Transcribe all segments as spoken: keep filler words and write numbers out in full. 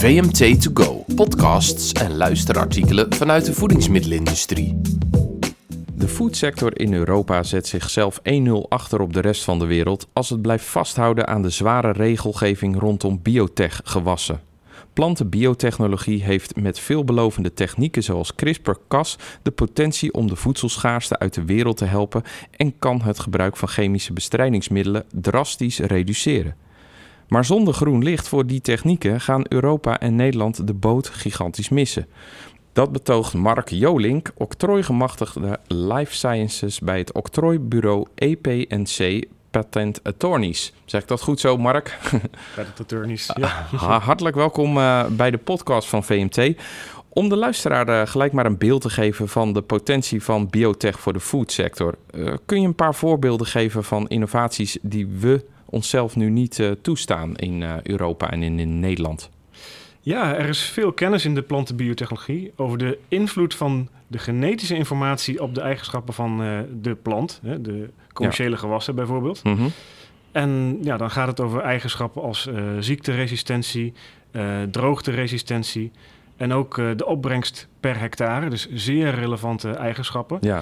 V M T to go, podcasts en luisterartikelen vanuit de voedingsmiddelenindustrie. De foodsector in Europa zet zichzelf één nul achter op de rest van de wereld als het blijft vasthouden aan de zware regelgeving rondom biotech-gewassen. Plantenbiotechnologie heeft met veelbelovende technieken zoals CRISPR-Cas de potentie om de voedselschaarste uit de wereld te helpen en kan het gebruik van chemische bestrijdingsmiddelen drastisch reduceren. Maar zonder groen licht voor die technieken gaan Europa en Nederland de boot gigantisch missen. Dat betoogt Mark Jolink, octrooigemachtigde Life Sciences bij het octrooibureau E P N C Patent Attorneys. Zeg ik dat goed zo, Mark? Patent Attorneys, ja. Hartelijk welkom uh, bij de podcast van V M T. Om de luisteraar uh, gelijk maar een beeld te geven van de potentie van biotech voor de foodsector. Uh, kun je een paar voorbeelden geven van innovaties die we onszelf nu niet uh, toestaan in uh, Europa en in, in Nederland? Ja, er is veel kennis in de plantenbiotechnologie over de invloed van de genetische informatie op de eigenschappen van uh, de plant, hè, de commerciële ja. gewassen bijvoorbeeld. Mm-hmm. En ja, dan gaat het over eigenschappen als uh, ziekteresistentie, uh, droogteresistentie en ook uh, de opbrengst per hectare, dus zeer relevante eigenschappen. Ja.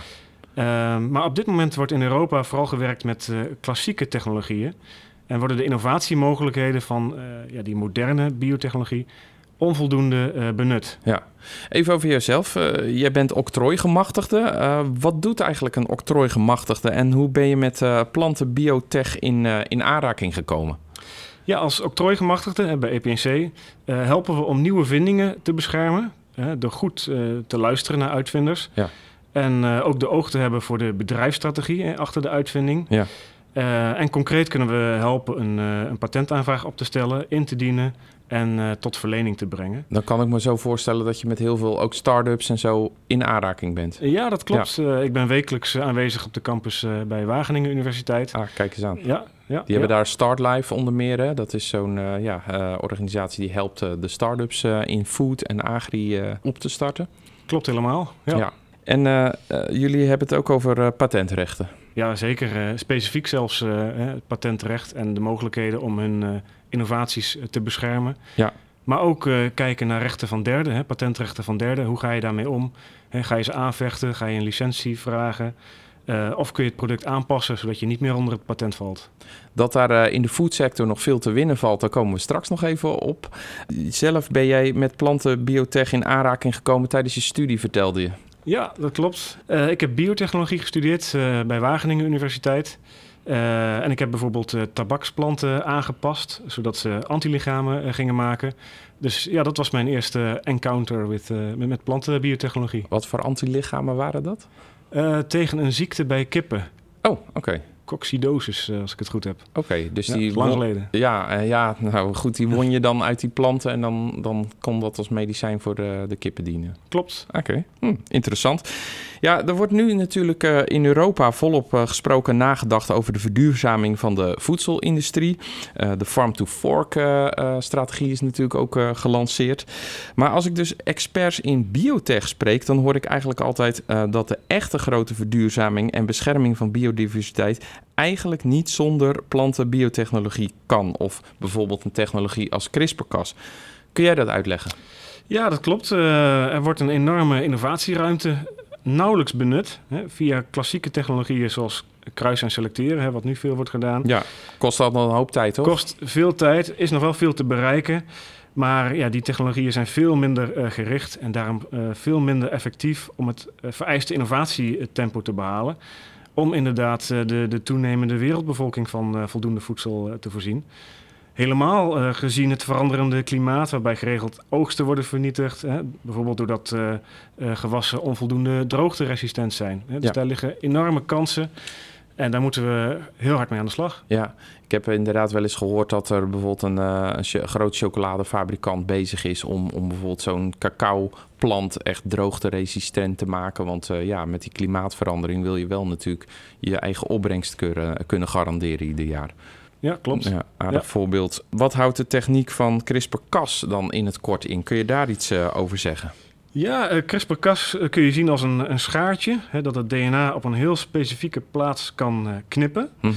Uh, maar op dit moment wordt in Europa vooral gewerkt met uh, klassieke technologieën en worden de innovatiemogelijkheden van uh, ja, die moderne biotechnologie onvoldoende uh, benut. Ja. Even over jezelf. Uh, jij bent octrooigemachtigde. Uh, wat doet eigenlijk een octrooigemachtigde en hoe ben je met uh, plantenbiotech in, uh, in aanraking gekomen? Ja, als octrooigemachtigde bij E P N C uh, helpen we om nieuwe vindingen te beschermen, uh, door goed uh, te luisteren naar uitvinders. Ja. En uh, ook de oog te hebben voor de bedrijfsstrategie uh, achter de uitvinding. Ja. Uh, en concreet kunnen we helpen een, uh, een patentaanvraag op te stellen, in te dienen en uh, tot verlening te brengen. Dan kan ik me zo voorstellen dat je met heel veel ook start-ups en zo in aanraking bent. Uh, ja, dat klopt. Ja. Uh, ik ben wekelijks uh, aanwezig op de campus uh, bij Wageningen Universiteit. Ah, kijk eens aan. Ja, ja, die ja. hebben daar StartLife onder meer. Hè? Dat is zo'n uh, ja, uh, organisatie die helpt uh, de start-ups uh, in food en agri uh, op te starten. Klopt helemaal. Ja. ja. En uh, uh, jullie hebben het ook over uh, patentrechten. Ja, zeker. Uh, specifiek zelfs uh, het patentrecht en de mogelijkheden om hun uh, innovaties uh, te beschermen. Ja. Maar ook uh, kijken naar rechten van derden, hè, patentrechten van derden. Hoe ga je daarmee om? He, ga je ze aanvechten? Ga je een licentie vragen? Uh, of kun je het product aanpassen zodat je niet meer onder het patent valt? Dat daar uh, in de foodsector nog veel te winnen valt, daar komen we straks nog even op. Zelf ben jij met plantenbiotech in aanraking gekomen tijdens je studie, vertelde je. Ja, dat klopt. Uh, ik heb biotechnologie gestudeerd uh, bij Wageningen Universiteit. Uh, en ik heb bijvoorbeeld uh, tabaksplanten aangepast, zodat ze antilichamen uh, gingen maken. Dus ja, dat was mijn eerste encounter with, uh, met, met plantenbiotechnologie. Wat voor antilichamen waren dat? Uh, tegen een ziekte bij kippen. Oh, oké. Okay. Coccidosis, uh, als ik het goed heb. Oké, okay, dus ja, die... lang geleden. Ja, uh, ja, nou goed, die won je dan uit die planten en dan, dan kon dat als medicijn voor de, de kippen dienen. Klopt. Oké, okay. hm, interessant. Ja, er wordt nu natuurlijk uh, in Europa volop uh, gesproken en nagedacht over de verduurzaming van de voedselindustrie. Uh, de farm-to-fork-strategie uh, uh, is natuurlijk ook uh, gelanceerd. Maar als ik dus experts in biotech spreek, dan hoor ik eigenlijk altijd uh, dat de echte grote verduurzaming en bescherming van biodiversiteit eigenlijk niet zonder plantenbiotechnologie kan. Of bijvoorbeeld een technologie als CRISPR-Cas. Kun jij dat uitleggen? Ja, dat klopt. Uh, er wordt een enorme innovatieruimte nauwelijks benut. Hè, via klassieke technologieën zoals kruisen en selecteren, hè, wat nu veel wordt gedaan. Ja, kost dat nog een hoop tijd, toch? Kost veel tijd, is nog wel veel te bereiken. Maar ja, die technologieën zijn veel minder uh, gericht en daarom uh, veel minder effectief om het uh, vereiste innovatietempo te behalen. Om inderdaad uh, de, de toenemende wereldbevolking van uh, voldoende voedsel uh, te voorzien. Helemaal uh, gezien het veranderende klimaat, waarbij geregeld oogsten worden vernietigd. Hè, bijvoorbeeld doordat uh, uh, gewassen onvoldoende droogteresistent zijn. Hè, dus ja. Daar liggen enorme kansen. En daar moeten we heel hard mee aan de slag. Ja, ik heb inderdaad wel eens gehoord dat er bijvoorbeeld een, uh, een ch- groot chocoladefabrikant bezig is om, om bijvoorbeeld zo'n cacaoplant echt droogteresistent te maken. Want uh, ja, met die klimaatverandering wil je wel natuurlijk je eigen opbrengst kunnen, kunnen garanderen ieder jaar. Ja, klopt. Ja, aardig ja. voorbeeld. Wat houdt de techniek van CRISPR-Cas dan in het kort in? Kun je daar iets uh, over zeggen? Ja, uh, CRISPR-Cas uh, kun je zien als een, een schaartje. Hè, dat het D N A op een heel specifieke plaats kan uh, knippen. Mm-hmm.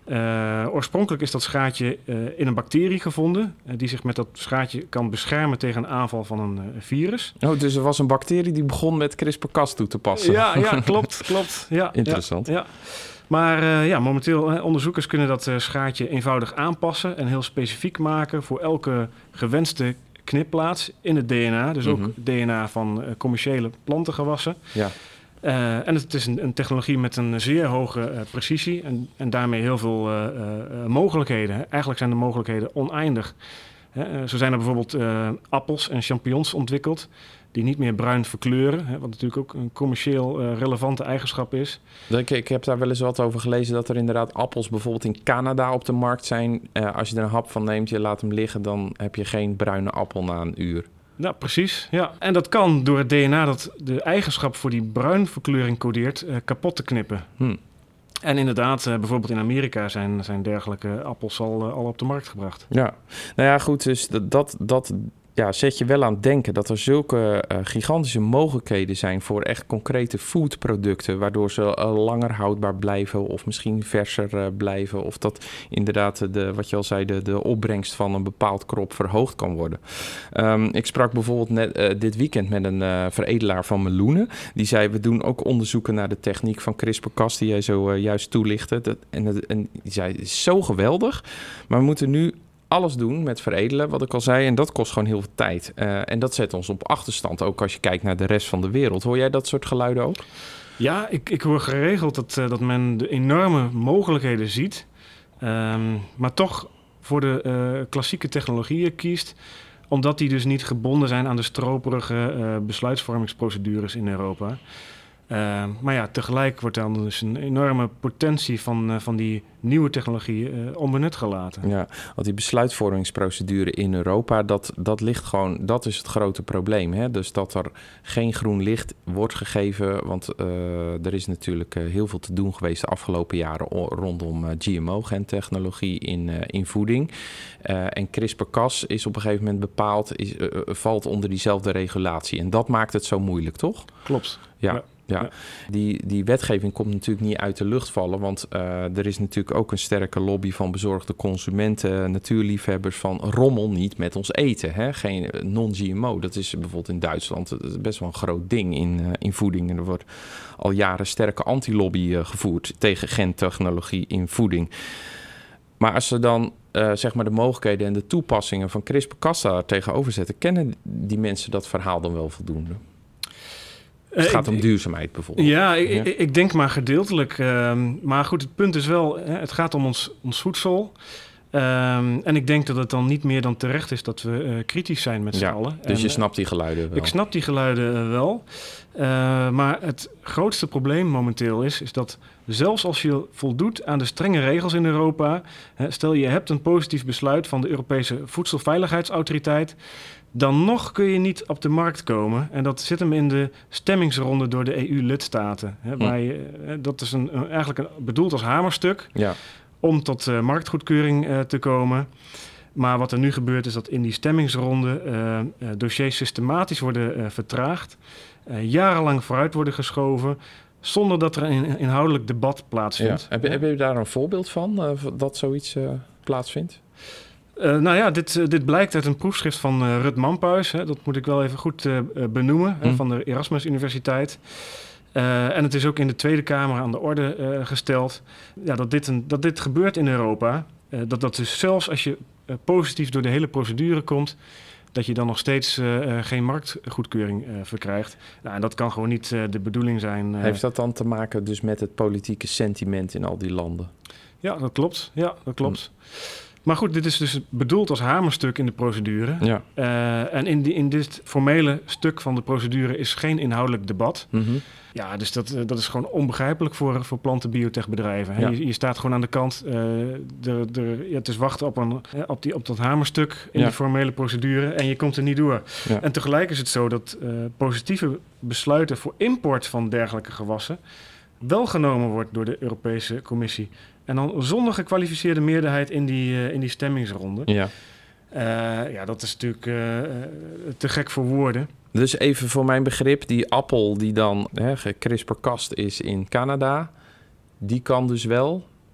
Uh, oorspronkelijk is dat schaatje uh, in een bacterie gevonden... Uh, die zich met dat schaatje kan beschermen tegen een aanval van een uh, virus. Oh, dus er was een bacterie die begon met CRISPR-Cas toe te passen. Ja, ja klopt, klopt. Ja, Interessant. Ja, ja. Maar uh, ja, momenteel, uh, onderzoekers kunnen dat uh, schaatje eenvoudig aanpassen... en heel specifiek maken voor elke gewenste knipplaats in het D N A. Dus mm-hmm. ook D N A van uh, commerciële plantengewassen. Ja. Uh, en het is een, een technologie met een zeer hoge uh, precisie en, en daarmee heel veel uh, uh, mogelijkheden. Hè. Eigenlijk zijn de mogelijkheden oneindig. Hè. Uh, zo zijn er bijvoorbeeld uh, appels en champignons ontwikkeld die niet meer bruin verkleuren. Hè, wat natuurlijk ook een commercieel uh, relevante eigenschap is. Ik, ik heb daar wel eens wat over gelezen dat er inderdaad appels bijvoorbeeld in Canada op de markt zijn. Uh, als je er een hap van neemt, je laat hem liggen, dan heb je geen bruine appel na een uur. Ja, precies. Ja. En dat kan door het D N A dat de eigenschap voor die bruinverkleuring codeert uh, kapot te knippen. Hmm. En inderdaad, uh, bijvoorbeeld in Amerika zijn, zijn dergelijke appels al, uh, al op de markt gebracht. Ja, nou ja, goed. Dus dat, dat, dat ja, zet je wel aan het denken dat er zulke uh, gigantische mogelijkheden zijn voor echt concrete foodproducten, waardoor ze uh, langer houdbaar blijven of misschien verser uh, blijven. Of dat inderdaad, de, wat je al zei, de, de opbrengst van een bepaald krop verhoogd kan worden. Um, ik sprak bijvoorbeeld net, uh, dit weekend met een uh, veredelaar van meloenen. Die zei, we doen ook onderzoeken naar de techniek van CRISPR-Cas die jij zo uh, juist toelichtte. Dat, en, en die zei, het is zo geweldig, maar we moeten nu alles doen met veredelen, wat ik al zei. En dat kost gewoon heel veel tijd. Uh, en dat zet ons op achterstand, ook als je kijkt naar de rest van de wereld. Hoor jij dat soort geluiden ook? Ja, ik, ik hoor geregeld dat, uh, dat men de enorme mogelijkheden ziet. Um, maar toch voor de uh, klassieke technologieën kiest, omdat die dus niet gebonden zijn aan de stroperige uh, besluitvormingsprocedures in Europa. Uh, maar ja, tegelijk wordt dan dus een enorme potentie van, uh, van die nieuwe technologieën uh, onbenut gelaten. Ja, want die besluitvormingsprocedure in Europa, dat, dat ligt gewoon, dat is het grote probleem. Hè? Dus dat er geen groen licht wordt gegeven, want uh, er is natuurlijk uh, heel veel te doen geweest de afgelopen jaren rondom uh, G M O-gentechnologie in, uh, in voeding. Uh, en CRISPR-Cas is op een gegeven moment bepaald, is, uh, valt onder diezelfde regulatie. En dat maakt het zo moeilijk, toch? Klopt. Ja. ja. Ja, ja. Die, die wetgeving komt natuurlijk niet uit de lucht vallen, want uh, er is natuurlijk ook een sterke lobby van bezorgde consumenten, natuurliefhebbers van rommel niet met ons eten. Hè? Geen non-G M O, dat is bijvoorbeeld in Duitsland dat is best wel een groot ding in, uh, in voeding. En er wordt al jaren sterke anti-lobby uh, gevoerd tegen gentechnologie in voeding. Maar als ze dan uh, zeg maar de mogelijkheden en de toepassingen van CRISPR-Cas daar tegenover zetten, kennen die mensen dat verhaal dan wel voldoende? Het gaat om duurzaamheid bijvoorbeeld. Ja, ik, ja. ik, ik denk maar gedeeltelijk. Um, maar goed, het punt is wel, hè, het gaat om ons, ons voedsel. Um, en ik denk dat het dan niet meer dan terecht is dat we uh, kritisch zijn met z'n ja, allen. Dus en, je snapt die geluiden wel? Ik snap die geluiden uh, wel. Uh, maar het grootste probleem momenteel is, is dat zelfs als je voldoet aan de strenge regels in Europa, hè, stel je hebt een positief besluit van de Europese Voedselveiligheidsautoriteit, dan nog kun je niet op de markt komen. En dat zit hem in de stemmingsronde door de E U-lidstaten. Hè, waar je, dat is een, een, eigenlijk een, bedoeld als hamerstuk ja. om tot uh, marktgoedkeuring uh, te komen. Maar wat er nu gebeurt is dat in die stemmingsronde uh, uh, dossiers systematisch worden uh, vertraagd, uh, jarenlang vooruit worden geschoven, zonder dat er een inhoudelijk debat plaatsvindt. Ja. Heb, je, heb je daar een voorbeeld van, uh, dat zoiets uh, plaatsvindt? Uh, nou ja, dit, uh, dit blijkt uit een proefschrift van uh, Rut Mampuis. Hè, dat moet ik wel even goed uh, benoemen, hm. hè, van de Erasmus Universiteit. Uh, en het is ook in de Tweede Kamer aan de orde uh, gesteld ja, dat, dit een, dat dit gebeurt in Europa. Uh, dat dat dus zelfs als je uh, positief door de hele procedure komt, dat je dan nog steeds uh, geen marktgoedkeuring uh, verkrijgt. Nou, en dat kan gewoon niet uh, de bedoeling zijn. Uh... Heeft dat dan te maken dus met het politieke sentiment in al die landen? Ja, dat klopt. Ja, dat klopt. Hm. Maar goed, dit is dus bedoeld als hamerstuk in de procedure. Ja. Uh, en in, die, in dit formele stuk van de procedure is geen inhoudelijk debat. Mm-hmm. Ja, dus dat, dat is gewoon onbegrijpelijk voor, voor plantenbiotechbedrijven. Ja. Je, je staat gewoon aan de kant. Uh, de, de, ja, het is wachten op, een, op, die, op dat hamerstuk in ja. de formele procedure en je komt er niet door. Ja. En tegelijk is het zo dat uh, positieve besluiten voor import van dergelijke gewassen wel genomen wordt door de Europese Commissie. En dan zonder gekwalificeerde meerderheid in die, uh, in die stemmingsronde. Ja. Uh, ja, dat is natuurlijk uh, te gek voor woorden. Dus even voor mijn begrip, die appel die dan hè, CRISPR-Cas is in Canada, die kan dus wel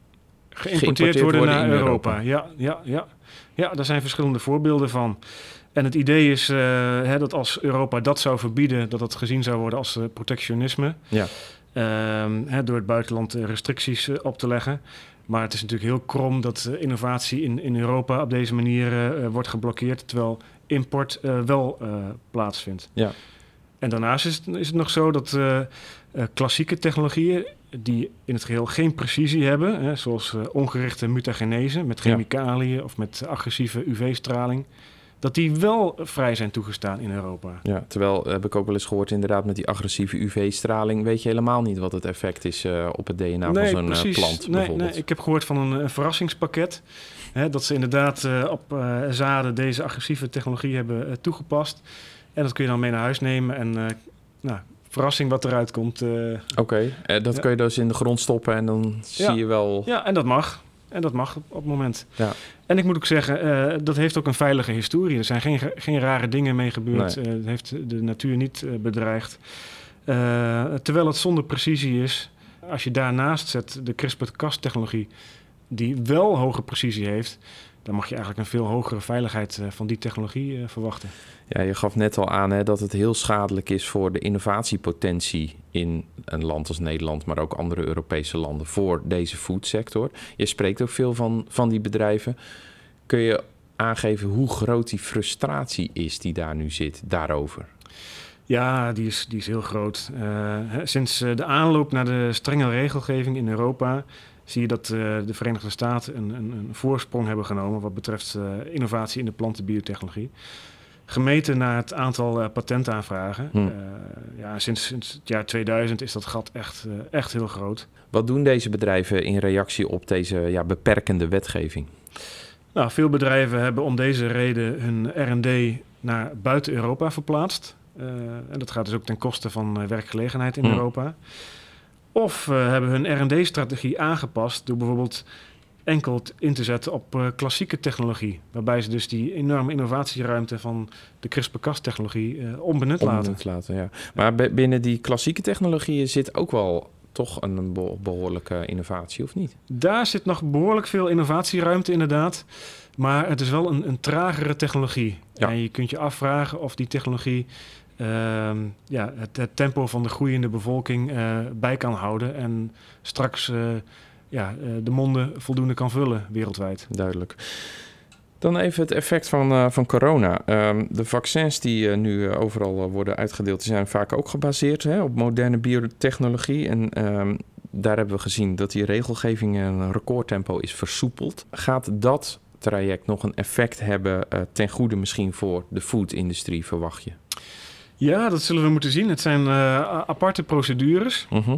geïmporteerd worden, worden naar Europa. Europa. Ja, ja, ja. ja, daar zijn verschillende voorbeelden van. En het idee is uh, hè, dat als Europa dat zou verbieden, dat het gezien zou worden als uh, protectionisme. Ja. Um, hè, door het buitenland uh, restricties uh, op te leggen. Maar het is natuurlijk heel krom dat uh, innovatie in, in Europa op deze manier uh, wordt geblokkeerd, terwijl import uh, wel uh, plaatsvindt. Ja. En daarnaast is het, is het nog zo dat uh, uh, klassieke technologieën die in het geheel geen precisie hebben, hè, zoals uh, ongerichte mutagenese met chemicaliën ja. of met agressieve U V-straling, dat die wel vrij zijn toegestaan in Europa. Ja, terwijl heb ik ook wel eens gehoord inderdaad met die agressieve U V-straling weet je helemaal niet wat het effect is uh, op het D N A nee, van zo'n precies. Uh, plant nee, bijvoorbeeld. Nee, ik heb gehoord van een, een verrassingspakket. Hè, dat ze inderdaad uh, op uh, zaden deze agressieve technologie hebben uh, toegepast. En dat kun je dan mee naar huis nemen en uh, nou, verrassing wat eruit komt. Uh, Oké, okay. uh, dat ja. kun je dus in de grond stoppen en dan ja. zie je wel... Ja, en dat mag. En dat mag op, op het moment. Ja. En ik moet ook zeggen, uh, dat heeft ook een veilige historie. Er zijn geen, geen rare dingen mee gebeurd. Nee. Uh, het heeft de natuur niet uh, bedreigd. Uh, terwijl het zonder precisie is. Als je daarnaast zet de CRISPR-Cas-technologie, die wel hoge precisie heeft, dan mag je eigenlijk een veel hogere veiligheid uh, van die technologie uh, verwachten. Ja, je gaf net al aan hè, dat het heel schadelijk is voor de innovatiepotentie in een land als Nederland, maar ook andere Europese landen voor deze foodsector. Je spreekt ook veel van, van die bedrijven. Kun je aangeven hoe groot die frustratie is die daar nu zit daarover? Ja, die is, die is heel groot. Uh, sinds uh, de aanloop naar de strenge regelgeving in Europa zie je dat uh, de Verenigde Staten een, een, een voorsprong hebben genomen wat betreft uh, innovatie in de plantenbiotechnologie. Gemeten naar het aantal uh, patentaanvragen. Hm. Uh, ja, sinds, sinds het jaar tweeduizend is dat gat echt, uh, echt heel groot. Wat doen deze bedrijven in reactie op deze ja, beperkende wetgeving? Nou, veel bedrijven hebben om deze reden hun R en D naar buiten Europa verplaatst. Uh, en dat gaat dus ook ten koste van uh, werkgelegenheid in hm. Europa. Of uh, hebben hun R en D-strategie aangepast door bijvoorbeeld enkel in te zetten op uh, klassieke technologie. Waarbij ze dus die enorme innovatieruimte van de CRISPR-Cas-technologie uh, onbenut laten. Onbenut laten, ja. Maar b- binnen die klassieke technologieën zit ook wel toch een be- behoorlijke innovatie, of niet? Daar zit nog behoorlijk veel innovatieruimte inderdaad. Maar het is wel een, een tragere technologie. Ja. En je kunt je afvragen of die technologie Uh, ja, het, het tempo van de groeiende bevolking uh, bij kan houden en straks uh, ja, uh, de monden voldoende kan vullen wereldwijd. Duidelijk. Dan even het effect van, uh, van corona. Um, de vaccins die uh, nu uh, overal uh, worden uitgedeeld, die zijn vaak ook gebaseerd hè, op moderne biotechnologie. En um, daar hebben we gezien dat die regelgeving in een recordtempo is versoepeld. Gaat dat traject nog een effect hebben uh, ten goede misschien voor de food-industrie, verwacht je? Ja, dat zullen we moeten zien. Het zijn uh, aparte procedures. Uh-huh.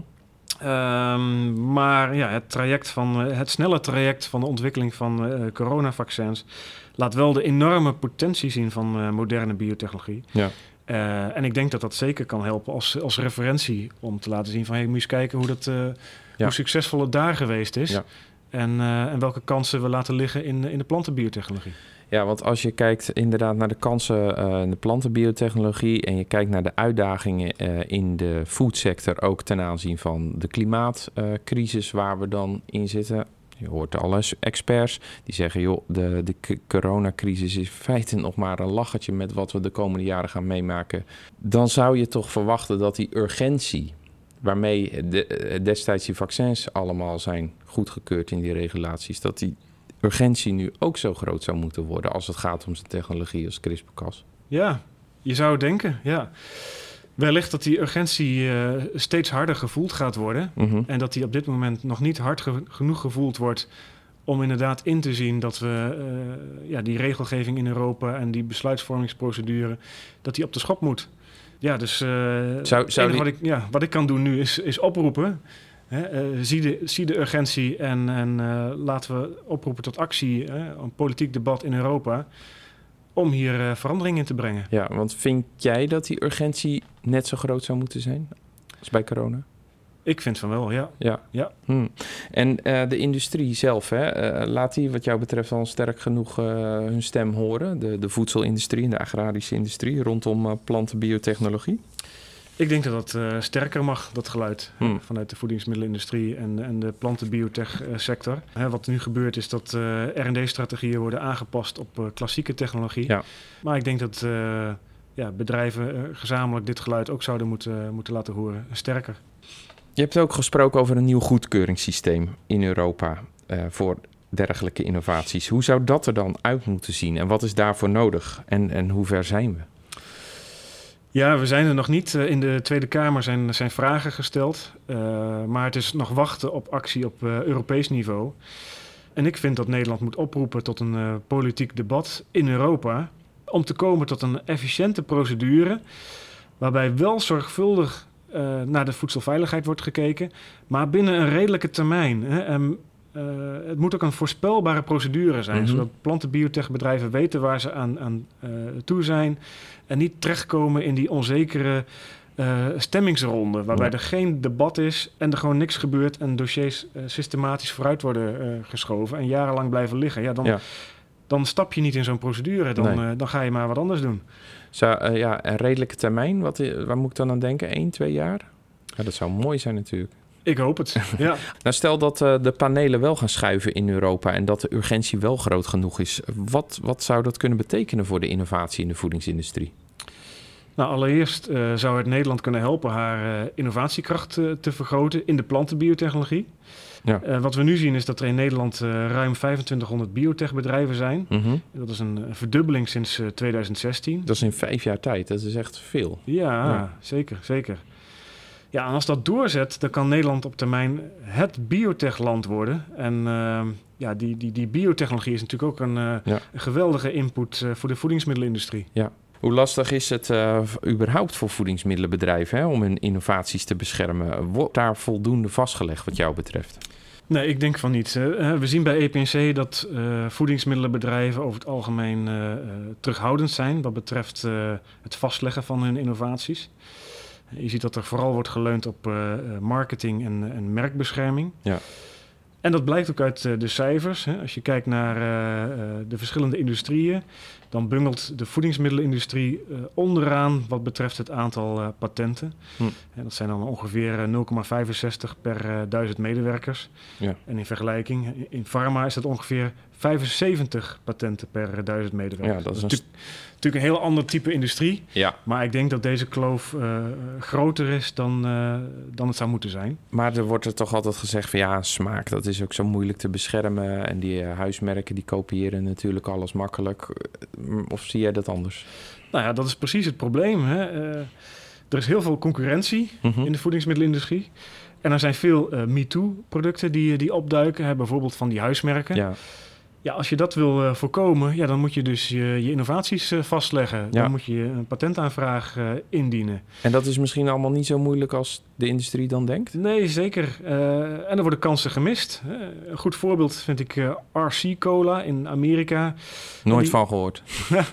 Um, maar ja, het, traject van, uh, het snelle traject van de ontwikkeling van uh, coronavaccins laat wel de enorme potentie zien van uh, moderne biotechnologie. Ja. Uh, en ik denk dat dat zeker kan helpen als, als referentie om te laten zien van hey, moet je eens kijken hoe, dat, uh, ja. hoe succesvol het daar geweest is. Ja. En, uh, en welke kansen we laten liggen in, in de plantenbiotechnologie. Ja, want als je kijkt inderdaad naar de kansen uh, in de plantenbiotechnologie en je kijkt naar de uitdagingen uh, in de foodsector, ook ten aanzien van de klimaatcrisis uh, waar we dan in zitten. Je hoort alle experts die zeggen, joh, de, de k- coronacrisis is in feite nog maar een lachertje met wat we de komende jaren gaan meemaken. Dan zou je toch verwachten dat die urgentie waarmee de, destijds die vaccins allemaal zijn goedgekeurd in die regulaties, dat die urgentie nu ook zo groot zou moeten worden als het gaat om zijn technologie als CRISPR-Cas. Ja, je zou denken, ja. Wellicht dat die urgentie uh, steeds harder gevoeld gaat worden. Mm-hmm. En dat die op dit moment nog niet hard ge- genoeg gevoeld wordt om inderdaad in te zien dat we uh, ja, die regelgeving in Europa en die besluitvormingsprocedure, dat die op de schop moet. Ja, dus uh, zou, zou die... wat, ik, ja, wat ik kan doen nu is, is oproepen. He, uh, zie, de, zie de urgentie en, en uh, laten we oproepen tot actie, hè, een politiek debat in Europa, om hier uh, verandering in te brengen. Ja, want vind jij dat die urgentie net zo groot zou moeten zijn als bij corona? Ik vind van wel, ja. ja. ja. Hmm. En uh, de industrie zelf, hè, uh, laat die wat jou betreft al sterk genoeg uh, hun stem horen? De, de voedselindustrie en de agrarische industrie rondom uh, plantenbiotechnologie? Ik denk dat dat uh, sterker mag, dat geluid, Hmm. uh, vanuit de voedingsmiddelenindustrie en, en de plantenbiotech uh, sector. Hè, wat nu gebeurt is dat uh, R en D-strategieën worden aangepast op uh, klassieke technologie. Ja. Maar ik denk dat uh, ja, bedrijven uh, gezamenlijk dit geluid ook zouden moeten, uh, moeten laten horen, sterker. Je hebt ook gesproken over een nieuw goedkeuringssysteem in Europa uh, voor dergelijke innovaties. Hoe zou dat er dan uit moeten zien en wat is daarvoor nodig en, en hoe ver zijn we? Ja, we zijn er nog niet. In de Tweede Kamer zijn, zijn vragen gesteld. Uh, maar het is nog wachten op actie op uh, Europees niveau. En ik vind dat Nederland moet oproepen tot een uh, politiek debat in Europa om te komen tot een efficiënte procedure waarbij wel zorgvuldig uh, naar de voedselveiligheid wordt gekeken, maar binnen een redelijke termijn. Hè. En, uh, het moet ook een voorspelbare procedure zijn, mm-hmm. zodat plantenbiotechbedrijven weten waar ze aan, aan uh, toe zijn en niet terechtkomen in die onzekere uh, stemmingsronde, waarbij ja. er geen debat is en er gewoon niks gebeurt en dossiers uh, systematisch vooruit worden uh, geschoven en jarenlang blijven liggen. Ja, dan, ja. dan stap je niet in zo'n procedure, dan, nee. uh, dan ga je maar wat anders doen. Zou, uh, ja, een redelijke termijn, wat, waar moet ik dan aan denken? Eén, twee jaar? Ja, dat zou mooi zijn natuurlijk. Ik hoop het, ja. Nou, stel dat uh, de panelen wel gaan schuiven in Europa en dat de urgentie wel groot genoeg is. Wat, wat zou dat kunnen betekenen voor de innovatie in de voedingsindustrie? Nou, allereerst uh, zou het Nederland kunnen helpen haar uh, innovatiekracht uh, te vergroten in de plantenbiotechnologie. Ja. Uh, wat we nu zien is dat er in Nederland uh, ruim vijfentwintighonderd biotechbedrijven zijn. Mm-hmm. Dat is een, een verdubbeling sinds uh, twintig zestien. Dat is in vijf jaar tijd, dat is echt veel. Ja, ja. zeker, zeker. Ja, en als dat doorzet, dan kan Nederland op termijn het biotechland worden. En uh, ja, die, die, die biotechnologie is natuurlijk ook een, uh, ja. een geweldige input uh, voor de voedingsmiddelenindustrie. Ja. Hoe lastig is het uh, überhaupt voor voedingsmiddelenbedrijven hè, om hun innovaties te beschermen? Wordt daar voldoende vastgelegd wat jou betreft? Nee, ik denk van niet. Uh, we zien bij E P N C dat uh, voedingsmiddelenbedrijven over het algemeen uh, uh, terughoudend zijn wat betreft uh, het vastleggen van hun innovaties. Je ziet dat er vooral wordt geleund op uh, marketing en, en merkbescherming. Ja. En dat blijkt ook uit uh, de cijfers. Hè. Als je kijkt naar uh, uh, de verschillende industrieën, dan bungelt de voedingsmiddelenindustrie uh, onderaan wat betreft het aantal uh, patenten. Hm. En dat zijn dan ongeveer uh, nul komma vijfenzestig per uh, duizend medewerkers. Ja. En in vergelijking, in pharma is dat ongeveer vijfenzeventig patenten per uh, duizend medewerkers. Ja, dat is dat is een... natuurlijk een heel ander type industrie. Ja. Maar ik denk dat deze kloof uh, groter is dan, uh, dan het zou moeten zijn. Maar er wordt er toch altijd gezegd van ja, smaak, dat is ook zo moeilijk te beschermen. En die uh, huismerken die kopiëren natuurlijk alles makkelijk. Of zie jij dat anders? Nou ja, dat is precies het probleem. Hè? Uh, er is heel veel concurrentie mm-hmm. in de voedingsmiddelenindustrie. En er zijn veel uh, MeToo-producten die, die opduiken. Hè? Bijvoorbeeld van die huismerken. Ja. Ja, als je dat wil uh, voorkomen, ja, dan moet je dus je, je innovaties uh, vastleggen. Ja. Dan moet je een patentaanvraag uh, indienen. En dat is misschien allemaal niet zo moeilijk als de industrie dan denkt? Nee, zeker. Uh, en er worden kansen gemist. Uh, een goed voorbeeld vind ik uh, R C Cola in Amerika. Nooit die... van gehoord.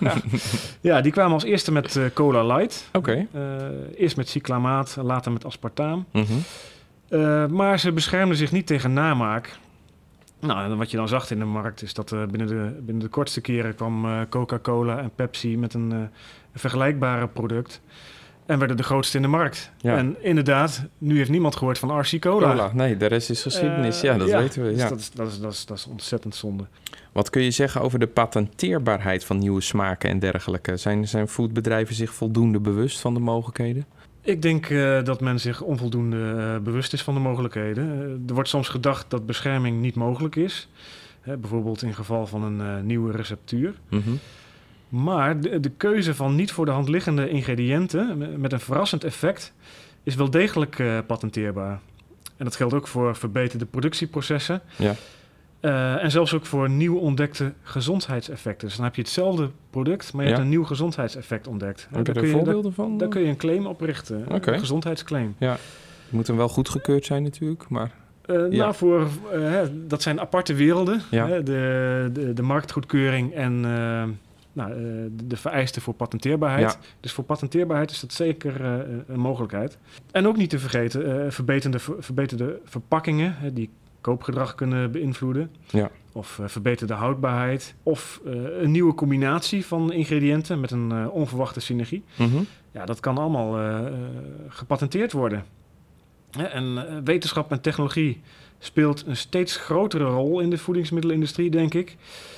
Ja, die kwamen als eerste met uh, Cola Light. Oké. Okay. Uh, eerst met cyclamaat, later met aspartaam. Mm-hmm. Uh, maar ze beschermden zich niet tegen namaak. Nou, en wat je dan zag in de markt is dat uh, binnen, de, binnen de kortste keren kwam uh, Coca-Cola en Pepsi met een, uh, een vergelijkbare product. En werden de grootste in de markt. Ja. En inderdaad, nu heeft niemand gehoord van R C Cola. Cola. Nee, de rest is geschiedenis. Uh, ja, dat ja, weten we. Ja. Dus dat, is, dat, is, dat, is, dat is ontzettend zonde. Wat kun je zeggen over de patenteerbaarheid van nieuwe smaken en dergelijke? Zijn, zijn foodbedrijven zich voldoende bewust van de mogelijkheden? Ik denk uh, dat men zich onvoldoende uh, bewust is van de mogelijkheden. Uh, er wordt soms gedacht dat bescherming niet mogelijk is. Uh, bijvoorbeeld in geval van een uh, nieuwe receptuur. Mm-hmm. Maar de, de keuze van niet voor de hand liggende ingrediënten met een verrassend effect is wel degelijk uh, patenteerbaar. En dat geldt ook voor verbeterde productieprocessen. Ja. Uh, en zelfs ook voor nieuw ontdekte gezondheidseffecten. Dus dan heb je hetzelfde product, maar je ja. hebt een nieuw gezondheidseffect ontdekt. Heb je er voorbeelden van? Daar kun je een claim oprichten, okay. Een gezondheidsclaim. Ja. Het moet dan wel goedgekeurd zijn natuurlijk, maar... Uh, ja. Nou, voor, uh, dat zijn aparte werelden. Ja. Hè, de, de, de marktgoedkeuring en uh, nou, uh, de vereisten voor patenteerbaarheid. Ja. Dus voor patenteerbaarheid is dat zeker uh, een mogelijkheid. En ook niet te vergeten, uh, verbeterde, verbeterde verpakkingen, uh, die koopgedrag kunnen beïnvloeden. Ja. Of uh, verbeterde houdbaarheid. Of uh, een nieuwe combinatie van ingrediënten met een uh, onverwachte synergie. Mm-hmm. Ja, dat kan allemaal uh, uh, gepatenteerd worden. Hè, en uh, wetenschap en technologie speelt een steeds grotere rol in de voedingsmiddelenindustrie, denk ik.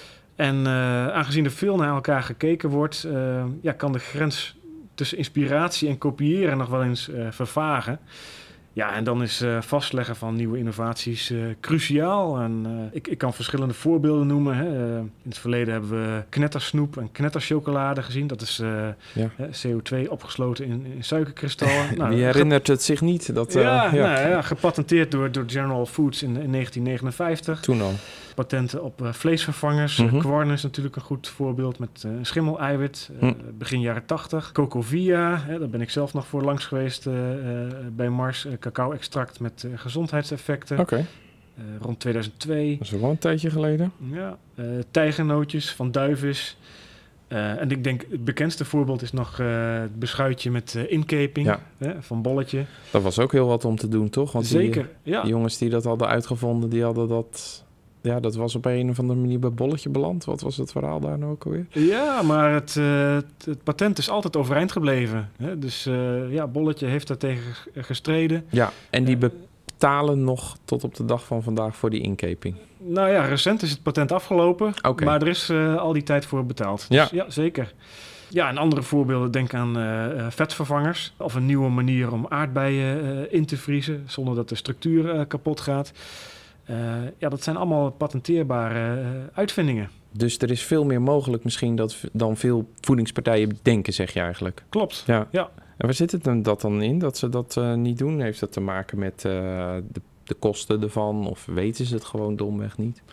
En uh, aangezien er veel naar elkaar gekeken wordt, uh, ja, kan de grens tussen inspiratie en kopiëren nog wel eens uh, vervagen. Ja, en dan is uh, vastleggen van nieuwe innovaties uh, cruciaal. En uh, ik, ik kan verschillende voorbeelden noemen. Hè. Uh, in het verleden hebben we knettersnoep en knetterchocolade gezien. Dat is uh, ja. uh, C O twee opgesloten in, in suikerkristallen. Nou, Wie herinnert het zich niet? Dat, uh, ja, ja. Nou, ja, gepatenteerd door, door General Foods in, in negentien negenenvijftig. Toen al. Patenten op uh, vleesvervangers. Mm-hmm. Quorn is natuurlijk een goed voorbeeld met uh, schimmeleiwit. Uh, mm. Begin jaren tachtig. Cocovia, hè, daar ben ik zelf nog voor langs geweest uh, uh, bij Mars. Uh, cacao-extract met uh, gezondheidseffecten. Oké. Okay. Uh, rond tweeduizend twee. Dat is ook wel een tijdje geleden. Ja. Uh, tijgernootjes van duivis. Uh, en ik denk het bekendste voorbeeld is nog uh, het beschuitje met uh, inkeping ja. hè, van Bolletje. Dat was ook heel wat om te doen, toch? Want Zeker, die, ja. Die jongens die dat hadden uitgevonden, die hadden dat... Ja, dat was op een of andere manier bij Bolletje beland. Wat was het verhaal daar nou ook alweer? Ja, maar het, uh, het, het patent is altijd overeind gebleven. Hè? Dus uh, ja, Bolletje heeft daartegen gestreden. Ja, en die betalen nog tot op de dag van vandaag voor die inkeping. Nou ja, recent is het patent afgelopen. Okay. Maar er is uh, al die tijd voor betaald. Dus, ja. ja, zeker. Ja, en andere voorbeelden, denk aan uh, vetvervangers. Of een nieuwe manier om aardbeien uh, in te vriezen zonder dat de structuur uh, kapot gaat. Uh, ja, dat zijn allemaal patenteerbare uh, uitvindingen. Dus er is veel meer mogelijk misschien dat, dan veel voedingspartijen denken, zeg je eigenlijk. Klopt, ja. ja. En waar zit het dat dan in, dat ze dat uh, niet doen? Heeft dat te maken met uh, de, de kosten ervan? Of weten ze het gewoon domweg niet?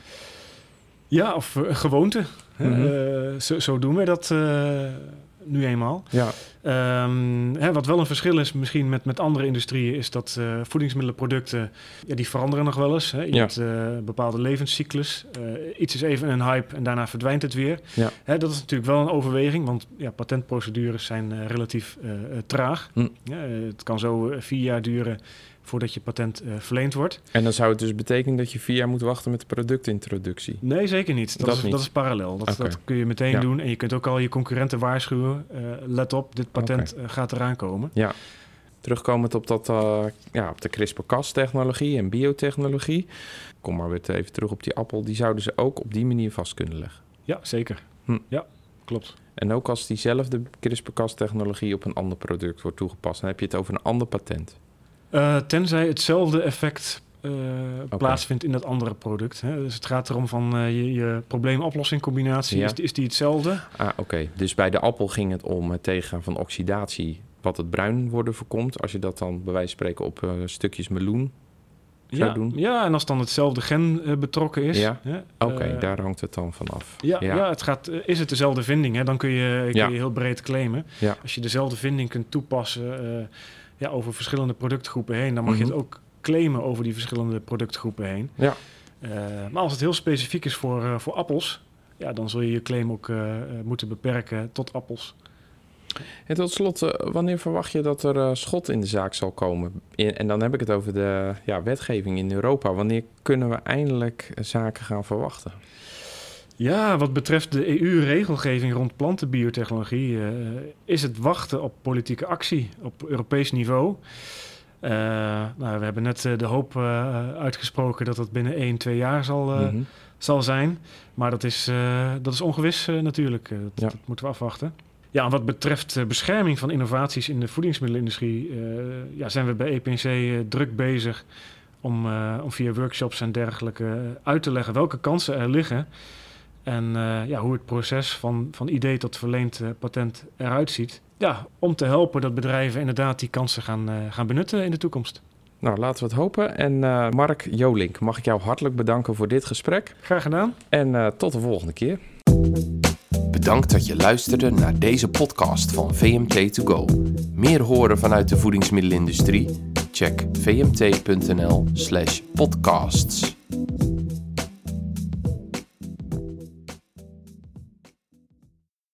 Ja, of uh, gewoonte. Mm-hmm. Uh, zo, zo doen we dat uh, nu eenmaal. Ja. Um, hè, wat wel een verschil is misschien met, met andere industrieën... is dat uh, voedingsmiddelenproducten, ja, die veranderen nog wel eens. Hè. Je ja. hebt uh, een bepaalde levenscyclus. Uh, iets is even een hype en daarna verdwijnt het weer. Ja. Hè, dat is natuurlijk wel een overweging... want ja, patentprocedures zijn uh, relatief uh, uh, traag. Mm. Ja, uh, het kan zo uh, vier jaar duren... voordat je patent uh, verleend wordt. En dan zou het dus betekenen dat je vier jaar moet wachten met de productintroductie? Nee, zeker niet. Dat, dat, is, niet. dat is parallel. Dat, okay. dat kun je meteen ja. doen. En je kunt ook al je concurrenten waarschuwen. Uh, let op, dit patent okay. uh, gaat eraan komen. Ja. Terugkomend op, dat, uh, ja, op de CRISPR-Cas-technologie en biotechnologie. Kom maar weer even terug op die appel. Die zouden ze ook op die manier vast kunnen leggen? Ja, zeker. Hm. Ja, klopt. En ook als diezelfde CRISPR-Cas-technologie op een ander product wordt toegepast... dan heb je het over een ander patent. Uh, tenzij hetzelfde effect uh, okay. plaatsvindt in dat andere product. Hè. Dus het gaat erom van uh, je, je probleemoplossing-combinatie. Ja. Is, is die hetzelfde? Ah, oké. Okay. Dus bij de appel ging het om het tegengaan van oxidatie... wat het bruin worden voorkomt. Als je dat dan bij wijze van spreken op uh, stukjes meloen zou ja, doen. Ja, en als dan hetzelfde gen uh, betrokken is. Ja, oké. Okay, uh, daar hangt het dan vanaf. Ja, ja. ja het gaat, uh, is het dezelfde vinding? Hè? Dan kun je, kun ja. je heel breed claimen. Ja. Als je dezelfde vinding kunt toepassen... Uh, Ja, over verschillende productgroepen heen. Dan mag mm-hmm. je het ook claimen over die verschillende productgroepen heen. Ja. Uh, maar als het heel specifiek is voor, uh, voor appels... Ja, dan zul je je claim ook uh, moeten beperken tot appels. En tot slot, uh, wanneer verwacht je dat er uh, schot in de zaak zal komen? In, en dan heb ik het over de ja, wetgeving in Europa. Wanneer kunnen we eindelijk zaken gaan verwachten? Ja, wat betreft de E U-regelgeving rond plantenbiotechnologie... Uh, is het wachten op politieke actie op Europees niveau. Uh, nou, we hebben net uh, de hoop uh, uitgesproken dat het binnen één, twee jaar zal, uh, mm-hmm. zal zijn. Maar dat is, uh, dat is ongewis uh, natuurlijk. Uh, dat, ja. dat moeten we afwachten. Ja, en wat betreft uh, bescherming van innovaties in de voedingsmiddelenindustrie... Uh, ja, zijn we bij E P N C uh, druk bezig om, uh, om via workshops en dergelijke uh, uit te leggen... welke kansen er liggen... En uh, ja, hoe het proces van, van idee tot verleend uh, patent eruit ziet. Ja, om te helpen dat bedrijven inderdaad die kansen gaan, uh, gaan benutten in de toekomst. Nou, laten we het hopen. En uh, Mark Jolink, mag ik jou hartelijk bedanken voor dit gesprek. Graag gedaan. En uh, tot de volgende keer. Bedankt dat je luisterde naar deze podcast van V M T to go. Meer horen vanuit de voedingsmiddelenindustrie? Check v m t punt n l slash podcasts.